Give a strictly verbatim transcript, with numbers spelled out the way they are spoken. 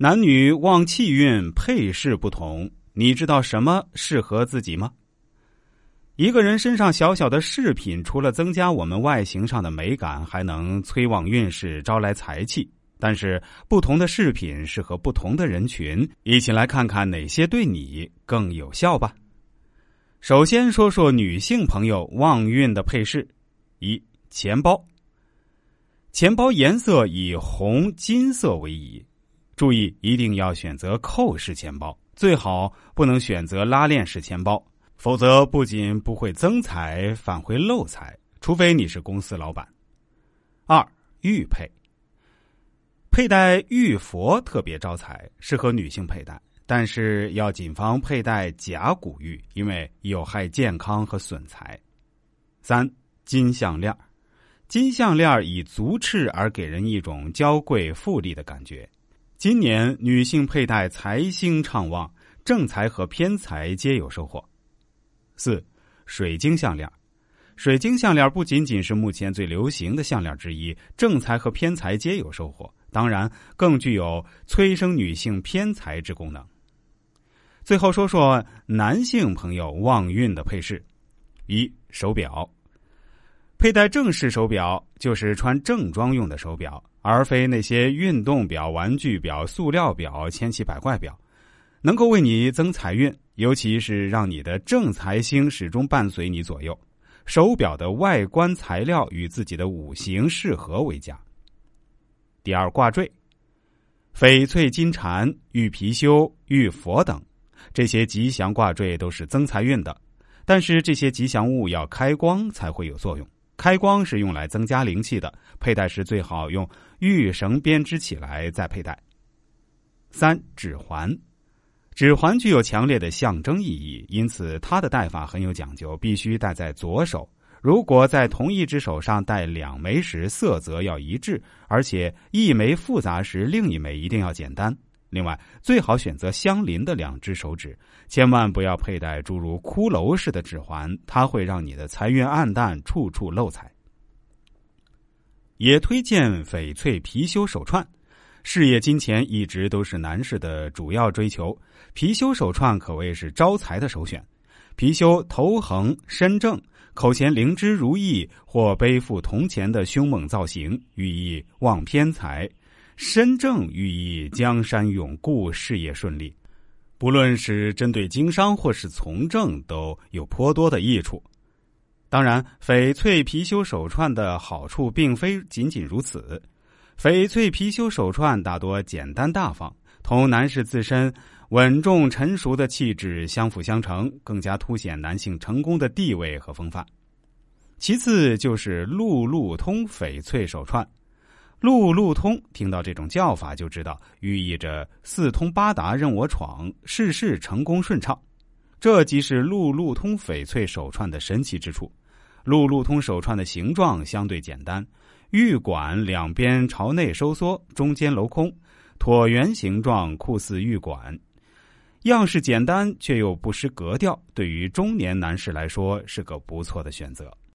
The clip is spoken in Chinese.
男女旺气运配饰不同，你知道什么适合自己吗？一个人身上小小的饰品，除了增加我们外形上的美感，还能催旺运势，招来财气。但是不同的饰品适合不同的人群，一起来看看哪些对你更有效吧。首先说说女性朋友旺运的配饰。一、钱包。钱包颜色以红金色为宜，注意一定要选择扣式钱包，最好不能选择拉链式钱包，否则不仅不会增财，反会漏财，除非你是公司老板。二、玉佩。佩戴玉佛特别招财，适合女性佩戴，但是要谨防佩戴假古玉，因为有害健康和损财。三、金项链。金项链以足赤而给人一种娇贵富丽的感觉。今年女性佩戴财星畅旺，正财和偏财皆有收获。四、水晶项链。水晶项链不仅仅是目前最流行的项链之一，正财和偏财皆有收获，当然更具有催生女性偏财之功能。最后说说男性朋友旺运的配饰。一、手表。佩戴正式手表就是穿正装用的手表，而非那些运动表、玩具表、塑料表、千奇百怪表，能够为你增财运，尤其是让你的正财星始终伴随你左右。手表的外观材料与自己的五行适合为佳。第二，挂坠。翡翠、金蝉、玉貔貅、玉佛等这些吉祥挂坠都是增财运的，但是这些吉祥物要开光才会有作用，开光是用来增加灵气的，佩戴时最好用玉绳编织起来再佩戴。三、指环。指环具有强烈的象征意义，因此它的戴法很有讲究，必须戴在左手。如果在同一只手上戴两枚时，色泽要一致，而且一枚复杂时，另一枚一定要简单。另外，最好选择相邻的两只手指，千万不要佩戴诸如骷髅式的指环，它会让你的财运暗淡，处处漏财。也推荐翡翠貔貅手串。事业金钱一直都是男士的主要追求，貔貅手串可谓是招财的首选。貔貅头横身正，口前灵芝如意或背负铜钱的凶猛造型，寓意旺偏财；身正寓意江山永固，事业顺利。不论是针对经商或是从政，都有颇多的益处。当然，翡翠貔貅手串的好处并非仅仅如此。翡翠貔貅手串大多简单大方，同男士自身稳重成熟的气质相辅相成，更加凸显男性成功的地位和风范。其次就是路路通翡翠手串。路路通听到这种叫法就知道，寓意着四通八达任我闯，事事成功顺畅。这即是路路通翡翠手串的神奇之处。路路通手串的形状相对简单，玉管两边朝内收缩，中间镂空，椭圆形状，酷似玉管，样式简单却又不失格调，对于中年男士来说是个不错的选择。